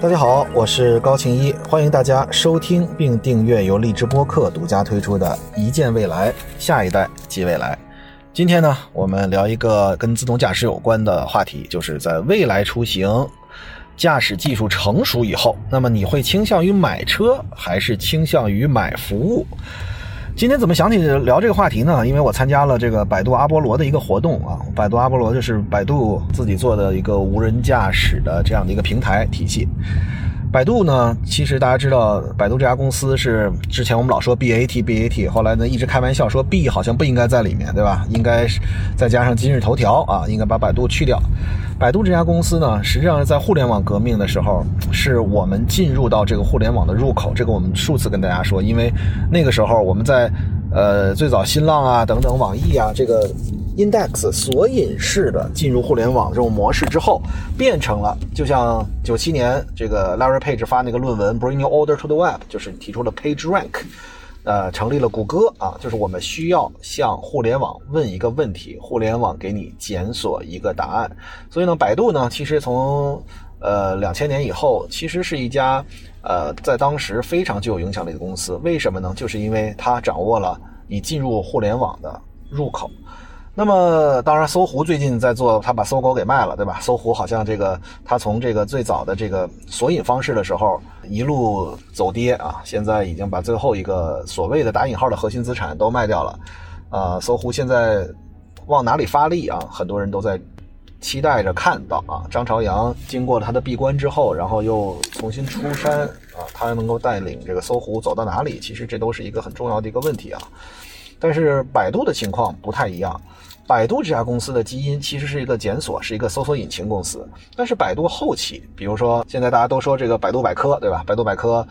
大家好，我是高庆一，欢迎大家收听并订阅由荔枝播客独家推出的一见未来，下一代即未来。今天呢，我们聊一个跟自动驾驶有关的话题，就是在未来出行驾驶技术成熟以后，那么你会倾向于买车还是倾向于买服务？今天怎么想起聊这个话题呢？因为我参加了这个百度阿波罗的一个活动啊，百度阿波罗就是百度自己做的一个无人驾驶的这样的一个平台体系。百度呢，其实大家知道，百度这家公司是之前我们老说 BAT， 后来呢一直开玩笑说 B 好像不应该在里面，对吧？应该是再加上今日头条啊，应该把百度去掉。百度这家公司呢，实际上在互联网革命的时候，是我们进入到这个互联网的入口。这个我们数次跟大家说，因为那个时候我们在最早新浪啊等等网易啊这个 index 索引式的进入互联网这种模式之后，变成了就像97年这个 Larry Page 发那个论文 Bring Your Order to the Web， 就是提出了 PageRank，成立了谷歌啊，就是我们需要向互联网问一个问题，互联网给你检索一个答案。所以呢，百度呢，其实从2000年以后，其实是一家在当时非常具有影响力的公司。为什么呢？就是因为它掌握了你进入互联网的入口。那么当然搜狐最近在做，他把搜狗给卖了，对吧？搜狐好像这个他从这个最早的这个索引方式的时候一路走跌啊，现在已经把最后一个所谓的打引号的核心资产都卖掉了。搜狐现在往哪里发力啊？很多人都在期待着看到啊，张朝阳经过了他的闭关之后，然后又重新出山啊，他能够带领这个搜狐走到哪里？其实这都是一个很重要的一个问题啊。但是百度的情况不太一样，百度这家公司的基因其实是一个检索，是一个搜索引擎公司。但是百度后期，比如说现在大家都说这个百度百科，对吧？百度百科，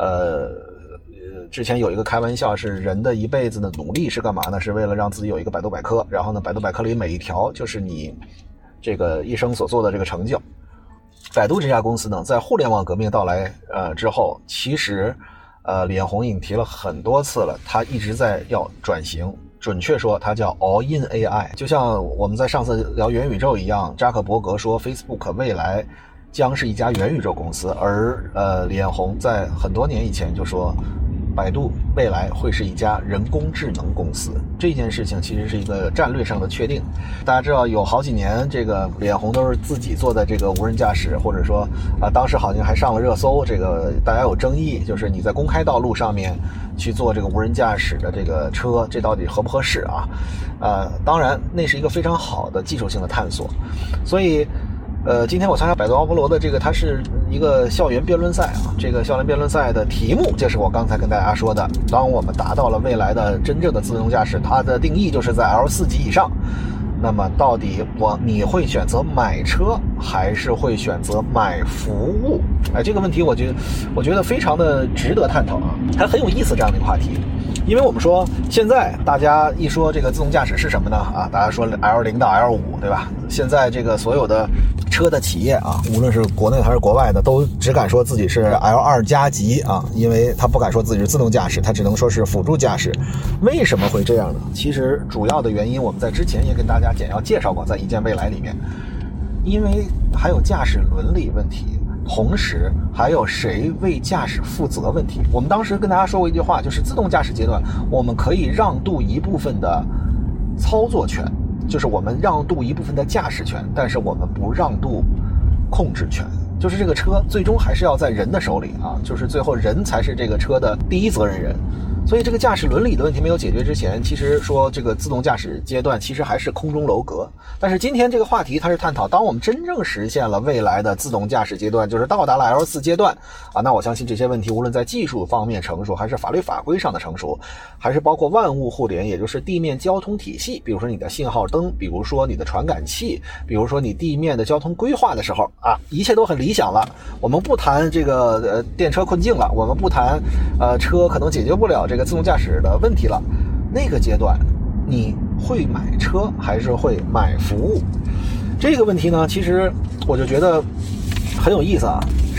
之前有一个开玩笑是人的一辈子的努力是干嘛呢？是为了让自己有一个百度百科，然后呢，百度百科里每一条就是你这个一生所做的这个成就。百度这家公司呢，在互联网革命到来之后，其实李彦宏已经提了很多次了，他一直在要转型，准确说它叫 All in AI。 就像我们在上次聊元宇宙一样，扎克伯格说 Facebook 未来将是一家元宇宙公司，而李彦宏在很多年以前就说百度未来会是一家人工智能公司。这件事情其实是一个战略上的确定。大家知道有好几年这个李彦宏都是自己做的这个无人驾驶，或者说当时好像还上了热搜，这个大家有争议，就是你在公开道路上面去做这个无人驾驶的这个车，这到底合不合适啊？当然那是一个非常好的技术性的探索。所以今天我参加百度阿波罗的这个，它是一个校园辩论赛啊。这个校园辩论赛的题目就是我刚才跟大家说的，当我们达到了未来的真正的自动驾驶，它的定义就是在 L4 级以上。那么到底你会选择买车还是会选择买服务？这个问题我觉得非常的值得探讨啊，还很有意思这样的一个话题。因为我们说现在大家一说这个自动驾驶是什么呢？大家说 L0 到 L5， 对吧？现在这个所有的车的企业啊，无论是国内还是国外的，都只敢说自己是 L2 加级啊，因为他不敢说自己是自动驾驶，他只能说是辅助驾驶。为什么会这样呢？其实主要的原因我们在之前也跟大家简要介绍过，在一见未来里面，因为还有驾驶伦理问题，同时还有谁为驾驶负责问题。我们当时跟大家说过一句话，就是自动驾驶阶段我们可以让渡一部分的操作权，就是我们让渡一部分的驾驶权，但是我们不让渡控制权，就是这个车最终还是要在人的手里啊，就是最后人才是这个车的第一责任人。所以这个驾驶伦理的问题没有解决之前，其实说这个自动驾驶阶段其实还是空中楼阁。但是今天这个话题它是探讨，当我们真正实现了未来的自动驾驶阶段，就是到达了 L4 阶段那我相信这些问题无论在技术方面成熟，还是法律法规上的成熟，还是包括万物互联，也就是地面交通体系，比如说你的信号灯，比如说你的传感器，比如说你地面的交通规划的时候一切都很理想了。我们不谈这个电车困境了，我们不谈车可能解决不了这个自动驾驶的问题了。那个阶段你会买车还是会买服务？这个问题呢，其实我就觉得很有意思啊。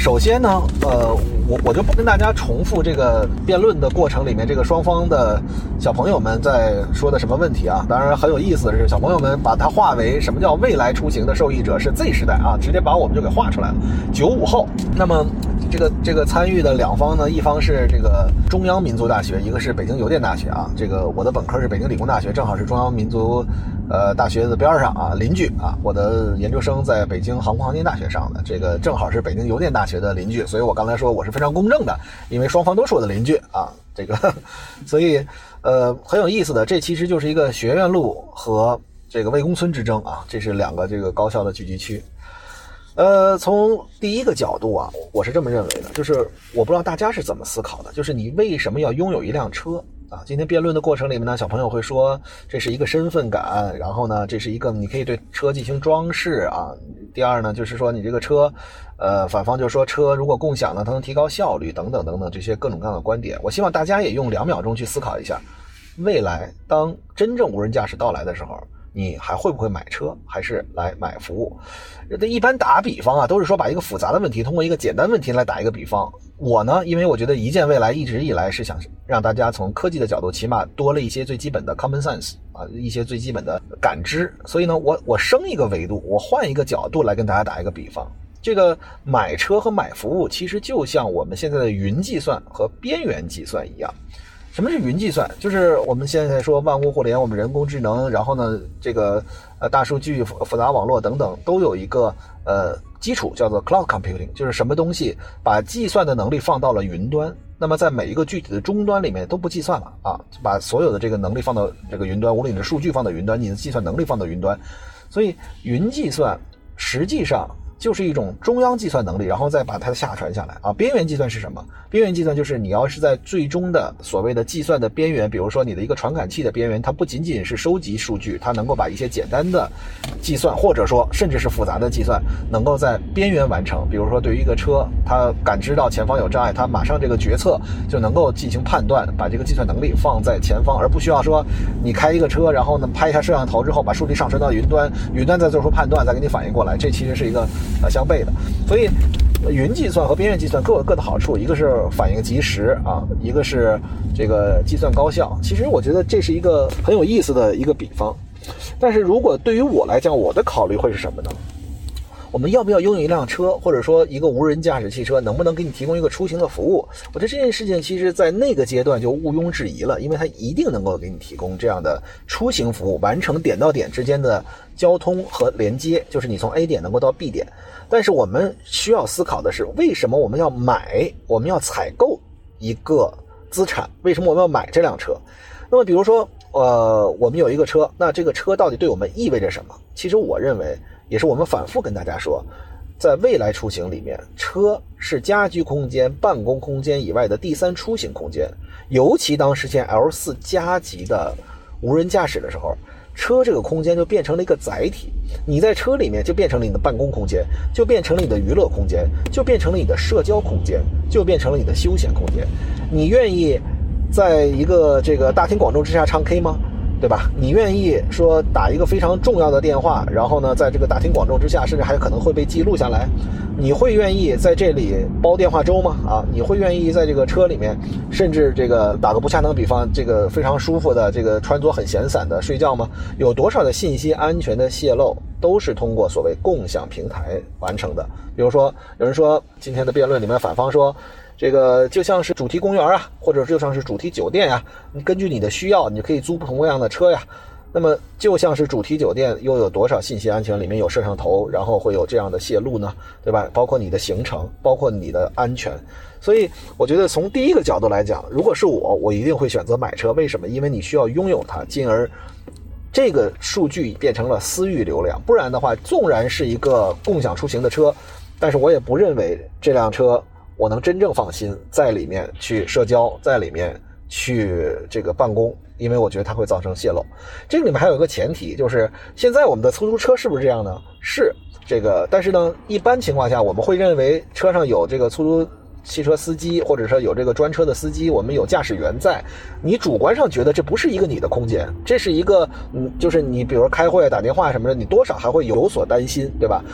首先呢，我就不跟大家重复这个辩论的过程里面这个双方的小朋友们在说的什么问题啊。当然很有意思的是，小朋友们把它划为什么叫未来出行的受益者是 Z 时代啊，直接把我们就给画出来了，95后。那么这个参与的两方呢，一方是这个中央民族大学，一个是北京邮电大学啊。这个我的本科是北京理工大学，正好是中央民族大学的边上啊，邻居啊。我的研究生在北京航空航天大学上的，这个正好是北京邮电大学的邻居，所以我刚才说我是非常公正的，因为双方都是我的邻居啊。这个所以很有意思的，这其实就是一个学院路和这个魏公村之争啊，这是两个这个高校的聚集区。从第一个角度啊，我是这么认为的，就是我不知道大家是怎么思考的，就是你为什么要拥有一辆车啊？今天辩论的过程里面呢，小朋友会说这是一个身份感，然后呢，这是一个你可以对车进行装饰啊。第二呢，就是说你这个车，反方就说车如果共享呢，它能提高效率等等等等这些各种各样的观点。我希望大家也用2秒钟去思考一下，未来当真正无人驾驶到来的时候，你还会不会买车，还是来买服务？一般打比方啊，都是说把一个复杂的问题通过一个简单问题来打一个比方。我呢，因为我觉得一见未来一直以来是想让大家从科技的角度起码多了一些最基本的 common sense 啊，一些最基本的感知。所以呢，我升一个维度，我换一个角度来跟大家打一个比方。这个买车和买服务其实就像我们现在的云计算和边缘计算一样。什么是云计算？就是我们现在说万物互联，我们人工智能，然后呢，这个大数据、复杂网络等等，都有一个基础叫做 cloud computing， 就是什么东西把计算的能力放到了云端，那么在每一个具体的终端里面都不计算了啊，把所有的这个能力放到这个云端，无论你的数据放到云端，你的计算能力放到云端，所以云计算实际上就是一种中央计算能力，然后再把它下传下来啊。边缘计算是什么？边缘计算就是你要是在最终的所谓的计算的边缘，比如说你的一个传感器的边缘，它不仅仅是收集数据，它能够把一些简单的计算，或者说甚至是复杂的计算，能够在边缘完成。比如说对于一个车，它感知到前方有障碍，它马上这个决策就能够进行判断，把这个计算能力放在前方，而不需要说你开一个车，然后呢拍一下摄像头之后把数据上传到云端，云端再做出判断，再给你反应过来，这其实是一个相悖的。所以云计算和边缘计算各有各的好处，一个是反应及时啊，一个是这个计算高效。其实我觉得这是一个很有意思的一个比方。但是如果对于我来讲，我的考虑会是什么呢？我们要不要拥有一辆车，或者说一个无人驾驶汽车能不能给你提供一个出行的服务？我觉得这件事情其实在那个阶段就毋庸置疑了，因为它一定能够给你提供这样的出行服务，完成点到点之间的交通和连接，就是你从 A 点能够到 B 点。但是我们需要思考的是，为什么我们要买，我们要采购一个资产？为什么我们要买这辆车？那么比如说我们有一个车，那这个车到底对我们意味着什么？其实我认为也是我们反复跟大家说，在未来出行里面，车是家居空间、办公空间以外的第三出行空间。尤其当实现 L4 加级的无人驾驶的时候，车这个空间就变成了一个载体，你在车里面就变成了你的办公空间，就变成了你的娱乐空间，就变成了你的社交空间，就变成了你的休闲空间。你愿意在一个这个大庭广众之下唱 K 吗？对吧？你愿意说打一个非常重要的电话，然后呢，在这个大庭广众之下，甚至还可能会被记录下来？你会愿意在这里煲电话粥吗？啊，你会愿意在这个车里面，甚至这个打个不恰当比方，这个非常舒服的这个穿着很闲散的睡觉吗？有多少的信息安全的泄露都是通过所谓共享平台完成的？比如说，有人说今天的辩论里面反方说，这个就像是主题公园啊，或者就像是主题酒店啊，你根据你的需要，你可以租不同各样的车呀。那么就像是主题酒店，又有多少信息安全里面有摄像头，然后会有这样的泄露呢？对吧？包括你的行程，包括你的安全。所以我觉得从第一个角度来讲，如果是我一定会选择买车。为什么？因为你需要拥有它，进而这个数据变成了私域流量。不然的话，纵然是一个共享出行的车，但是我也不认为这辆车我能真正放心在里面去社交，在里面去这个办公，因为我觉得它会造成泄露。这个里面还有一个前提，就是现在我们的出租车是不是这样呢？是这个，但是呢，一般情况下我们会认为车上有这个出租汽车司机，或者说有这个专车的司机，我们有驾驶员在，你主观上觉得这不是一个你的空间，这是一个就是你比如开会打电话什么的，你多少还会有所担心，对吧？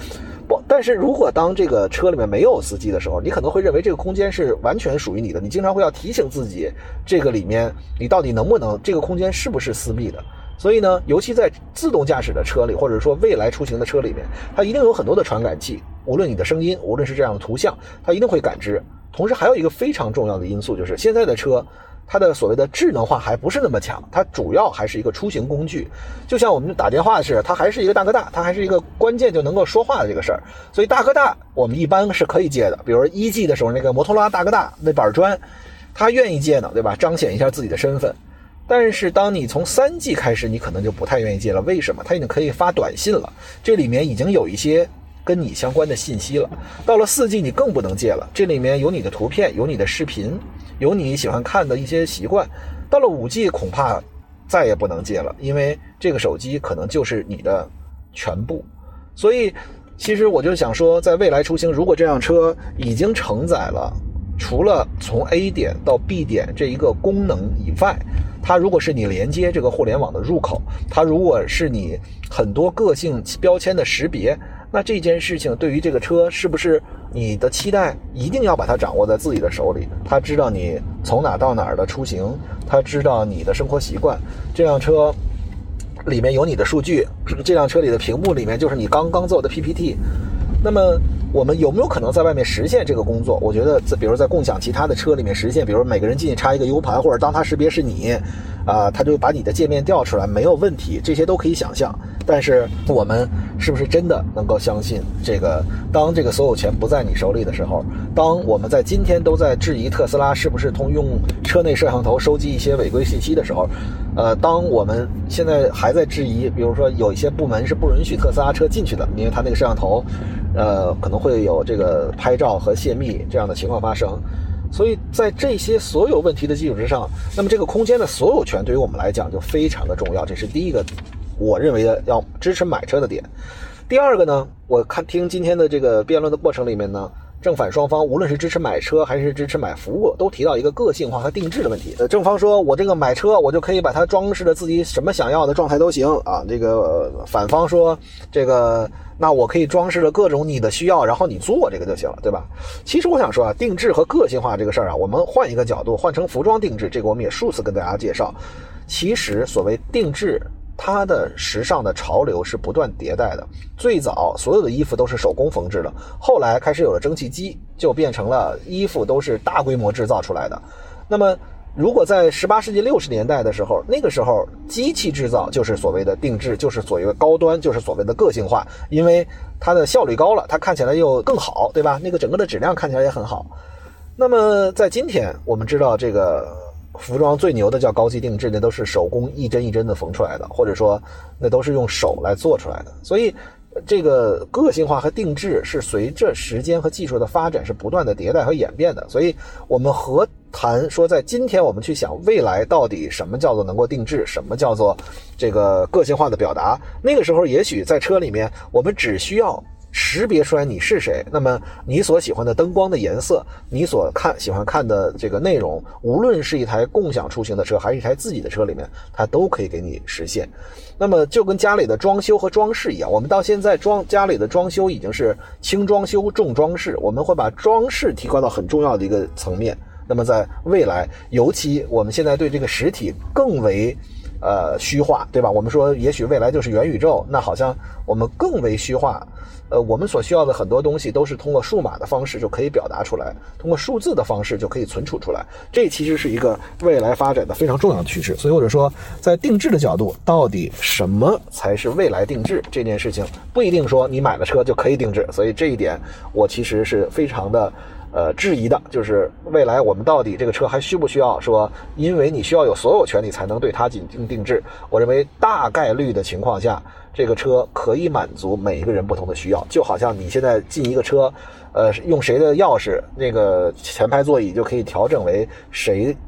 不，但是如果当这个车里面没有司机的时候，你可能会认为这个空间是完全属于你的，你经常会要提醒自己，这个里面你到底能不能，这个空间是不是私密的。所以呢，尤其在自动驾驶的车里，或者说未来出行的车里面，它一定有很多的传感器，无论你的声音，无论是这样的图像，它一定会感知。同时还有一个非常重要的因素，就是现在的车它的所谓的智能化还不是那么强，它主要还是一个出行工具。就像我们打电话似的，它还是一个大哥大，它还是一个关键就能够说话的这个事儿。所以大哥大我们一般是可以接的，比如1G 的时候那个摩托罗拉大哥大那板砖，他愿意接呢，对吧？彰显一下自己的身份。但是当你从3G 开始，你可能就不太愿意接了。为什么？它已经可以发短信了，这里面已经有一些跟你相关的信息了。到了4G 你更不能接了，这里面有你的图片，有你的视频，有你喜欢看的一些习惯。到了5G 恐怕再也不能接了，因为这个手机可能就是你的全部。所以其实我就想说，在未来出行，如果这辆车已经承载了除了从 A 点到 B 点这一个功能以外，它如果是你连接这个互联网的入口，它如果是你很多个性标签的识别，那这件事情对于这个车是不是你的期待一定要把它掌握在自己的手里？它知道你从哪到哪儿的出行，它知道你的生活习惯，这辆车里面有你的数据，这辆车里的屏幕里面就是你刚刚做的 PPT。那么我们有没有可能在外面实现这个工作？我觉得比如在共享其他的车里面实现，比如每个人进去插一个 U 盘，或者当它识别是你它就把你的界面调出来，没有问题，这些都可以想象。但是我们是不是真的能够相信这个，当这个所有权不在你手里的时候，当我们在今天都在质疑特斯拉是不是用车内摄像头收集一些违规信息的时候，当我们现在还在质疑，比如说有一些部门是不允许特斯拉车进去的，因为它那个摄像头可能会有这个拍照和泄密这样的情况发生。所以在这些所有问题的基础之上，那么这个空间的所有权对于我们来讲就非常的重要，这是第一个我认为的要支持买车的点。第二个呢，我听今天的这个辩论的过程里面呢，正反双方无论是支持买车还是支持买服务，都提到一个个性化和定制的问题。正方说我这个买车我就可以把它装饰的自己什么想要的状态都行啊，这个反方说这个那我可以装饰了各种你的需要，然后你做这个就行了，对吧？其实我想说啊，定制和个性化这个事儿啊，我们换一个角度，换成服装定制，这个我们也数次跟大家介绍。其实所谓定制，它的时尚的潮流是不断迭代的。最早所有的衣服都是手工缝制的，后来开始有了蒸汽机，就变成了衣服都是大规模制造出来的。那么如果在18世纪60年代的时候，那个时候机器制造就是所谓的定制，就是所谓的高端，就是所谓的个性化，因为它的效率高了，它看起来又更好，对吧？那个整个的质量看起来也很好。那么在今天我们知道这个服装最牛的叫高级定制，那都是手工一针一针的缝出来的，或者说那都是用手来做出来的。所以这个个性化和定制是随着时间和技术的发展是不断的迭代和演变的。所以我们何谈说在今天我们去想未来到底什么叫做能够定制，什么叫做这个个性化的表达，那个时候也许在车里面我们只需要识别出来你是谁，那么你所喜欢的灯光的颜色，你所喜欢看的这个内容，无论是一台共享出行的车还是一台自己的车里面，它都可以给你实现。那么就跟家里的装修和装饰一样，我们到现在家里的装修已经是轻装修重装饰，我们会把装饰提高到很重要的一个层面。那么在未来，尤其我们现在对这个实体更为虚化，对吧？我们说也许未来就是元宇宙，那好像我们更为虚化。我们所需要的很多东西都是通过数码的方式就可以表达出来，通过数字的方式就可以存储出来。这其实是一个未来发展的非常重要的趋势。所以我就说，在定制的角度，到底什么才是未来定制这件事情，不一定说你买了车就可以定制。所以这一点我其实是非常的质疑的，就是未来我们到底这个车还需不需要说，因为你需要有所有权利才能对它进行定制。我认为大概率的情况下，这个车可以满足每一个人不同的需要。就好像你现在进一个车用谁的钥匙，那个前排座椅就可以调整为谁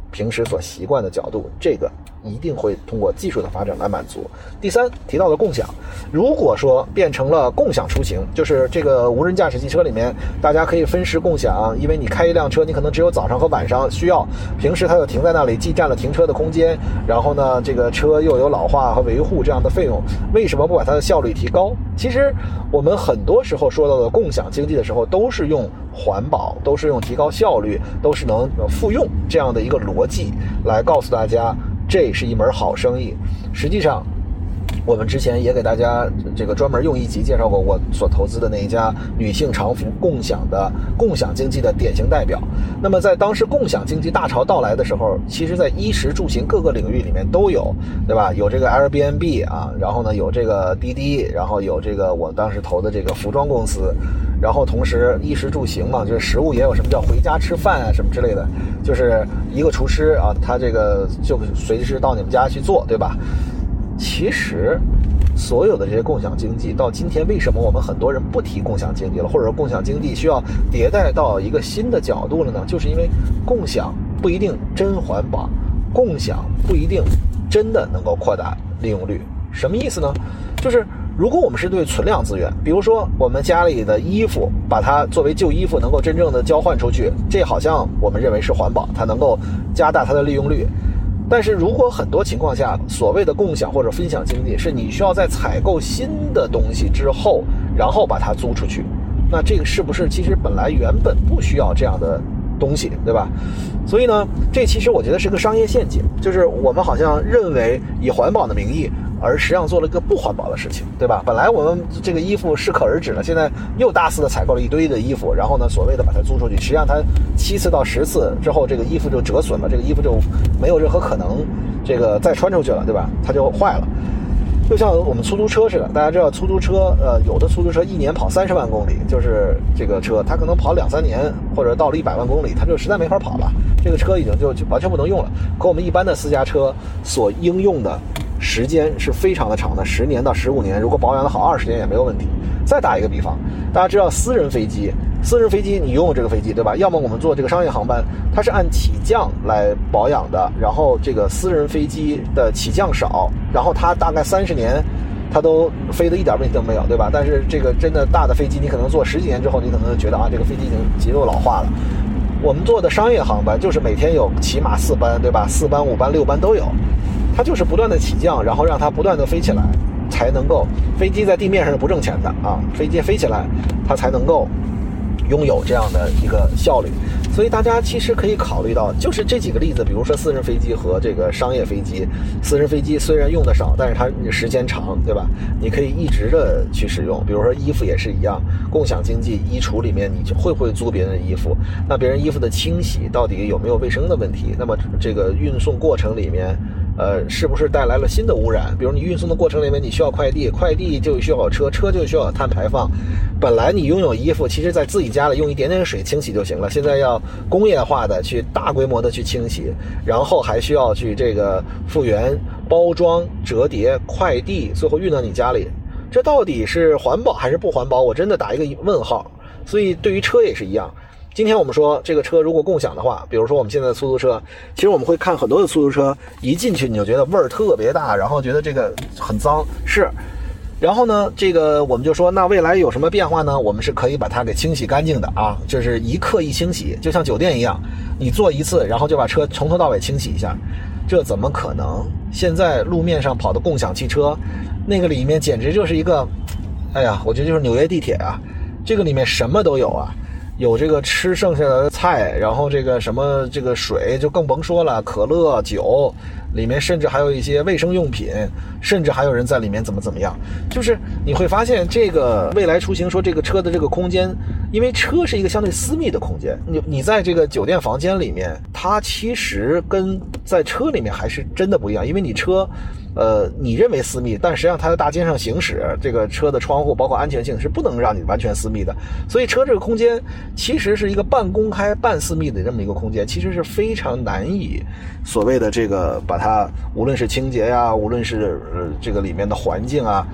平时所习惯的角度，这个一定会通过技术的发展来满足。第三，提到了共享，如果说变成了共享出行，就是这个无人驾驶汽车里面大家可以分时共享，因为你开一辆车你可能只有早上和晚上需要，平时它就停在那里，既占了停车的空间，然后呢这个车又有老化和维护这样的费用，为什么不把它的效率提高？其实我们很多时候说到的共享经济的时候，都是用环保，都是用提高效率，都是能复用这样的一个逻辑来告诉大家这是一门好生意。实际上我们之前也给大家这个专门用一集介绍过我所投资的那一家女性常服共享经济的典型代表。那么在当时共享经济大潮到来的时候，其实在衣食住行各个领域里面都有，对吧？有这个 Airbnb 啊，然后呢有这个滴滴，然后有这个我当时投的这个服装公司，然后同时衣食住行嘛，就是食物也有什么叫回家吃饭啊什么之类的，就是一个厨师啊，他这个就随时到你们家去做，对吧？其实所有的这些共享经济到今天，为什么我们很多人不提共享经济了，或者说共享经济需要迭代到一个新的角度了呢？就是因为共享不一定真环保，共享不一定真的能够扩大利用率。什么意思呢？就是如果我们是对存量资源，比如说我们家里的衣服，把它作为旧衣服能够真正的交换出去，这好像我们认为是环保，它能够加大它的利用率。但是如果很多情况下所谓的共享或者分享经济是你需要在采购新的东西之后，然后把它租出去，那这个是不是其实本来原本不需要这样的东西，对吧？所以呢，这其实我觉得是个商业陷阱，就是我们好像认为以环保的名义，而实际上做了一个不环保的事情，对吧？本来我们这个衣服适可而止了，现在又大肆的采购了一堆的衣服，然后呢，所谓的把它租出去，实际上它7次到10次之后，这个衣服就折损了，这个衣服就没有任何可能这个再穿出去了，对吧？它就坏了。就像我们出租车似的，大家知道出租车，有的出租车一年跑30万公里，就是这个车，它可能跑2-3年，或者到了100万公里，它就实在没法跑了，这个车已经就完全不能用了。可我们一般的私家车所应用的时间是非常的长的，10年到15年，如果保养的好20年也没有问题。再打一个比方，大家知道私人飞机你拥有这个飞机，对吧？要么我们做这个商业航班，它是按起降来保养的，然后这个私人飞机的起降少，然后它大概30年它都飞得一点问题都没有，对吧？但是这个真的大的飞机，你可能坐10几年之后，你可能就觉得啊，这个飞机已经极度老化了。我们做的商业航班就是每天有起码4班，对吧？4班、5班、6班都有，它就是不断的起降，然后让它不断的飞起来，才能够，飞机在地面上是不挣钱的啊，飞机飞起来它才能够拥有这样的一个效率。所以大家其实可以考虑到，就是这几个例子，比如说私人飞机和这个商业飞机。私人飞机虽然用得少，但是它时间长，对吧？你可以一直的去使用。比如说衣服也是一样，共享经济衣橱里面，你会不会租别人的衣服？那别人衣服的清洗到底有没有卫生的问题？那么这个运送过程里面是不是带来了新的污染？比如你运送的过程里面你需要快递就需要有车就需要有碳排放。本来你拥有衣服，其实在自己家里用一点点水清洗就行了，现在要工业化的去大规模的去清洗，然后还需要去这个复原、包装、折叠、快递，最后运到你家里。这到底是环保还是不环保？我真的打一个问号。所以对于车也是一样。今天我们说这个车如果共享的话，比如说我们现在的出租车，其实我们会看很多的出租车，一进去你就觉得味儿特别大，然后觉得这个很脏，是。然后呢，这个我们就说，那未来有什么变化呢？我们是可以把它给清洗干净的啊，就是一刻一清洗，就像酒店一样，你坐一次，然后就把车从头到尾清洗一下。这怎么可能？现在路面上跑的共享汽车，那个里面简直就是一个，哎呀，我觉得就是纽约地铁啊，这个里面什么都有啊。有这个吃剩下的菜，然后这个什么这个水就更甭说了，可乐、酒，里面甚至还有一些卫生用品，甚至还有人在里面怎么样。就是你会发现这个未来出行说这个车的这个空间，因为车是一个相对私密的空间，你在这个酒店房间里面，它其实跟在车里面还是真的不一样，因为你车你认为私密，但实际上它在大街上行驶，这个车的窗户包括安全性是不能让你完全私密的。所以车这个空间其实是一个半公开半私密的这么一个空间，其实是非常难以所谓的这个把它无论是清洁呀，无论是这个里面的环境啊，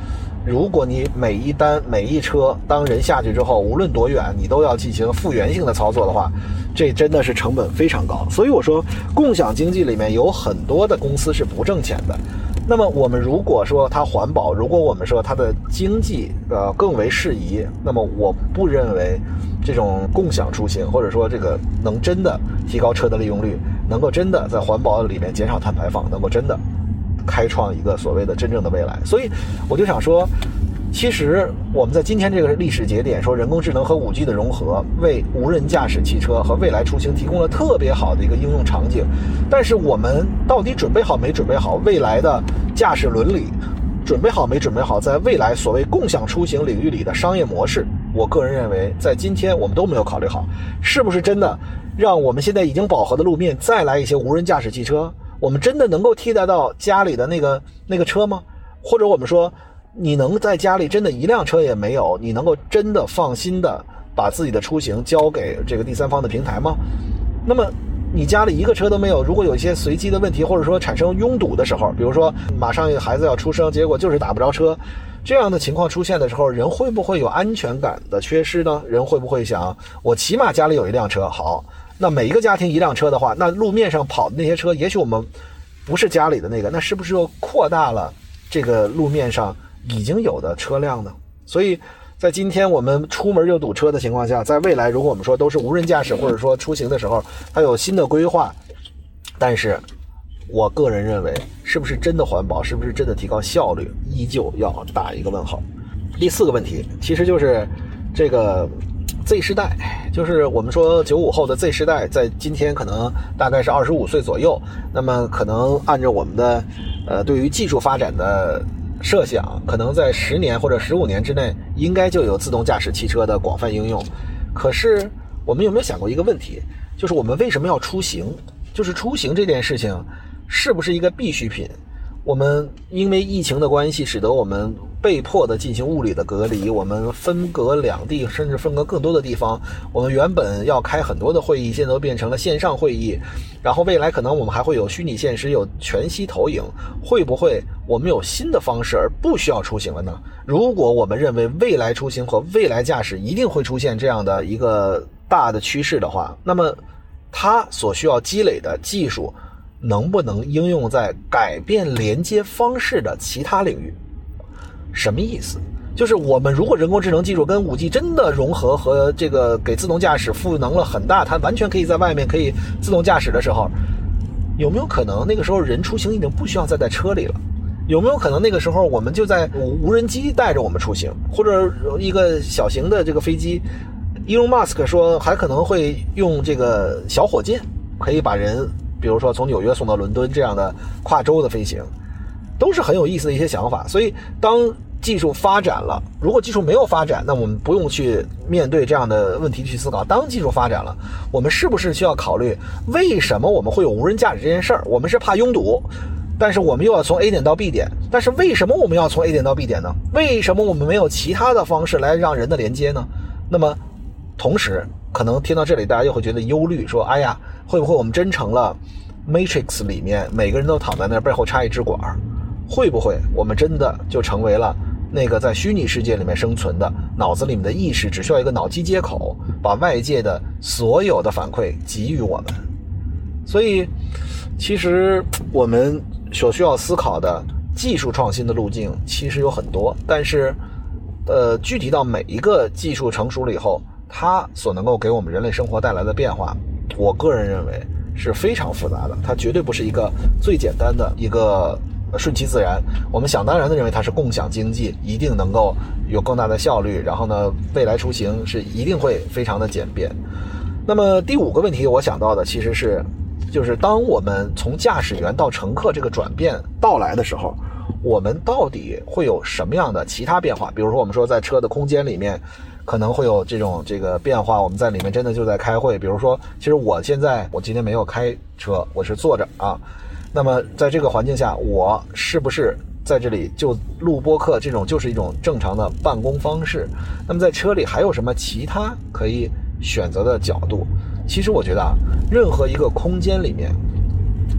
如果你每一单每一车当人下去之后，无论多远你都要进行复原性的操作的话，这真的是成本非常高。所以我说共享经济里面有很多的公司是不挣钱的。那么我们如果说它环保，如果我们说它的经济更为适宜，那么我不认为这种共享出行或者说这个能真的提高车的利用率，能够真的在环保里面减少碳排放，能够真的开创一个所谓的真正的未来。所以我就想说，其实我们在今天这个历史节点说人工智能和 5G 的融合，为无人驾驶汽车和未来出行提供了特别好的一个应用场景。但是我们到底准备好没准备好未来的驾驶伦理，准备好没准备好在未来所谓共享出行领域里的商业模式，我个人认为在今天我们都没有考虑好。是不是真的让我们现在已经饱和的路面再来一些无人驾驶汽车，我们真的能够替代到家里的那个车吗？或者我们说你能在家里真的一辆车也没有，你能够真的放心的把自己的出行交给这个第三方的平台吗？那么你家里一个车都没有，如果有一些随机的问题，或者说产生拥堵的时候，比如说马上孩子要出生，结果就是打不着车，这样的情况出现的时候，人会不会有安全感的缺失呢？人会不会想，我起码家里有一辆车，好，那每一个家庭一辆车的话，那路面上跑的那些车，也许我们不是家里的那个，那是不是又扩大了这个路面上已经有的车辆呢？所以在今天我们出门就堵车的情况下，在未来如果我们说都是无人驾驶或者说出行的时候，它有新的规划，但是我个人认为是不是真的环保，是不是真的提高效率，依旧要打一个问号。第4个问题其实就是这个 Z 世代，就是我们说95后的 Z 世代在今天可能大概是25岁左右，那么可能按照我们的对于技术发展的设想，可能在10年或者15年之内应该就有自动驾驶汽车的广泛应用。可是我们有没有想过一个问题，就是我们为什么要出行？就是出行这件事情是不是一个必需品？我们因为疫情的关系，使得我们被迫的进行物理的隔离，我们分隔两地，甚至分隔更多的地方。我们原本要开很多的会议，现在都变成了线上会议。然后未来可能我们还会有虚拟现实，有全息投影。会不会我们有新的方式而不需要出行了呢？如果我们认为未来出行和未来驾驶一定会出现这样的一个大的趋势的话，那么它所需要积累的技术能不能应用在改变连接方式的其他领域？什么意思？就是我们如果人工智能技术跟 5G 真的融合，和这个给自动驾驶赋能了很大，它完全可以在外面可以自动驾驶的时候，有没有可能那个时候人出行已经不需要再在车里了？有没有可能那个时候我们就在无人机带着我们出行，或者一个小型的这个飞机，Elon Musk 说还可能会用这个小火箭可以把人比如说从纽约送到伦敦，这样的跨州的飞行都是很有意思的一些想法。所以当技术发展了，如果技术没有发展，那我们不用去面对这样的问题去思考。当技术发展了，我们是不是需要考虑为什么我们会有无人驾驶这件事儿？我们是怕拥堵，但是我们又要从 A 点到 B 点，但是为什么我们要从 A 点到 B 点呢？为什么我们没有其他的方式来让人的连接呢？那么同时可能听到这里大家又会觉得忧虑，说哎呀，会不会我们真成了 Matrix 里面每个人都躺在那儿，背后插一支管？会不会我们真的就成为了那个在虚拟世界里面生存的，脑子里面的意识只需要一个脑机接口，把外界的所有的反馈给予我们？所以其实我们所需要思考的技术创新的路径其实有很多，但是具体到每一个技术成熟了以后，它所能够给我们人类生活带来的变化，我个人认为是非常复杂的，它绝对不是一个最简单的一个顺其自然，我们想当然的认为它是共享经济，一定能够有更大的效率，然后呢未来出行是一定会非常的简便。那么第5个问题我想到的其实是，就是当我们从驾驶员到乘客这个转变到来的时候，我们到底会有什么样的其他变化？比如说我们说在车的空间里面可能会有这个变化，我们在里面真的就在开会。比如说其实我今天没有开车，我是坐着啊，那么在这个环境下，我是不是在这里就录播客，这种就是一种正常的办公方式？那么在车里还有什么其他可以选择的角度？其实我觉得任何一个空间里面，其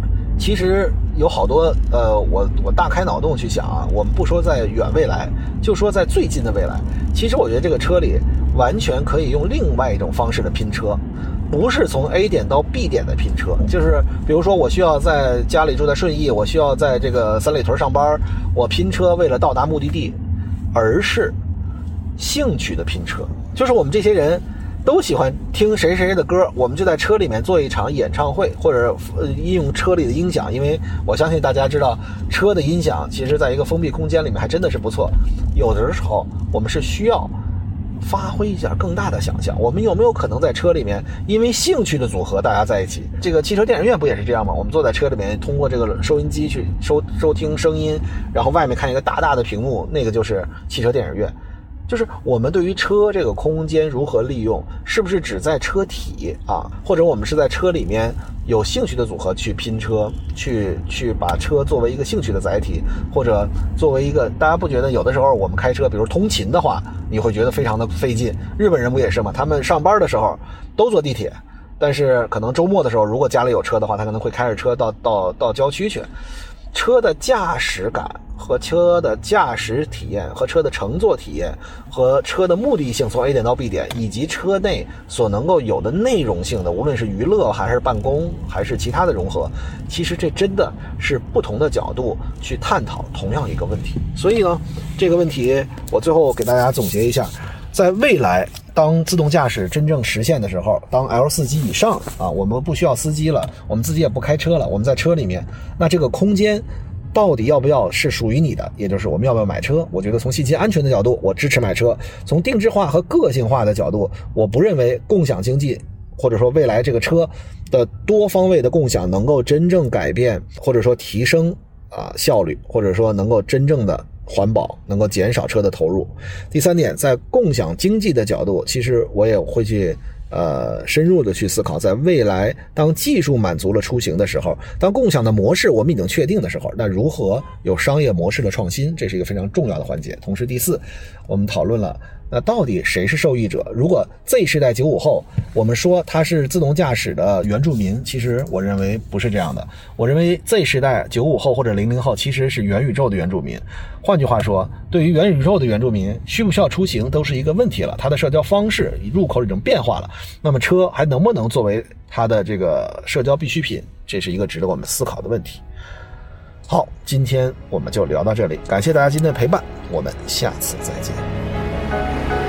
其实有好多我大开脑洞去想啊，我们不说在远未来，就说在最近的未来，其实我觉得这个车里完全可以用另外一种方式的拼车，不是从 A 点到 B 点的拼车，就是比如说我需要在家里住在顺义，我需要在这个三里屯上班，我拼车为了到达目的地，而是兴趣的拼车，就是我们这些人都喜欢听谁谁的歌，我们就在车里面做一场演唱会，或者应用车里的音响，因为我相信大家知道车的音响其实在一个封闭空间里面还真的是不错，有的时候我们是需要发挥一下更大的想象，我们有没有可能在车里面因为兴趣的组合大家在一起，这个汽车电影院不也是这样吗？我们坐在车里面通过这个收音机去收听声音，然后外面看一个大大的屏幕，那个就是汽车电影院。就是我们对于车这个空间如何利用，是不是只在车体啊，或者我们是在车里面有兴趣的组合去拼车，去把车作为一个兴趣的载体，或者作为一个，大家不觉得有的时候我们开车比如通勤的话，你会觉得非常的费劲，日本人不也是吗？他们上班的时候都坐地铁，但是可能周末的时候如果家里有车的话，他可能会开着车到郊区去。车的驾驶感和车的驾驶体验和车的乘坐体验和车的目的性，从 A 点到 B 点，以及车内所能够有的内容性的，无论是娱乐还是办公还是其他的融合，其实这真的是不同的角度去探讨同样一个问题。所以呢，这个问题我最后给大家总结一下，在未来当自动驾驶真正实现的时候，当 L4 级以上啊，我们不需要司机了，我们自己也不开车了，我们在车里面，那这个空间到底要不要是属于你的，也就是我们要不要买车。我觉得从信息安全的角度我支持买车，从定制化和个性化的角度，我不认为共享经济或者说未来这个车的多方位的共享能够真正改变或者说提升效率，或者说能够真正的环保，能够减少车的投入。第三点，在共享经济的角度，其实我也会去深入的去思考，在未来当技术满足了出行的时候，当共享的模式我们已经确定的时候，那如何有商业模式的创新，这是一个非常重要的环节。同时第四，我们讨论了那到底谁是受益者？如果 Z 世代95后我们说他是自动驾驶的原住民，其实我认为不是这样的。我认为 Z 世代95后或者00后其实是元宇宙的原住民。换句话说，对于元宇宙的原住民，需不需要出行都是一个问题了，他的社交方式入口已经变化了，那么车还能不能作为他的这个社交必需品，这是一个值得我们思考的问题。好，今天我们就聊到这里，感谢大家今天的陪伴，我们下次再见。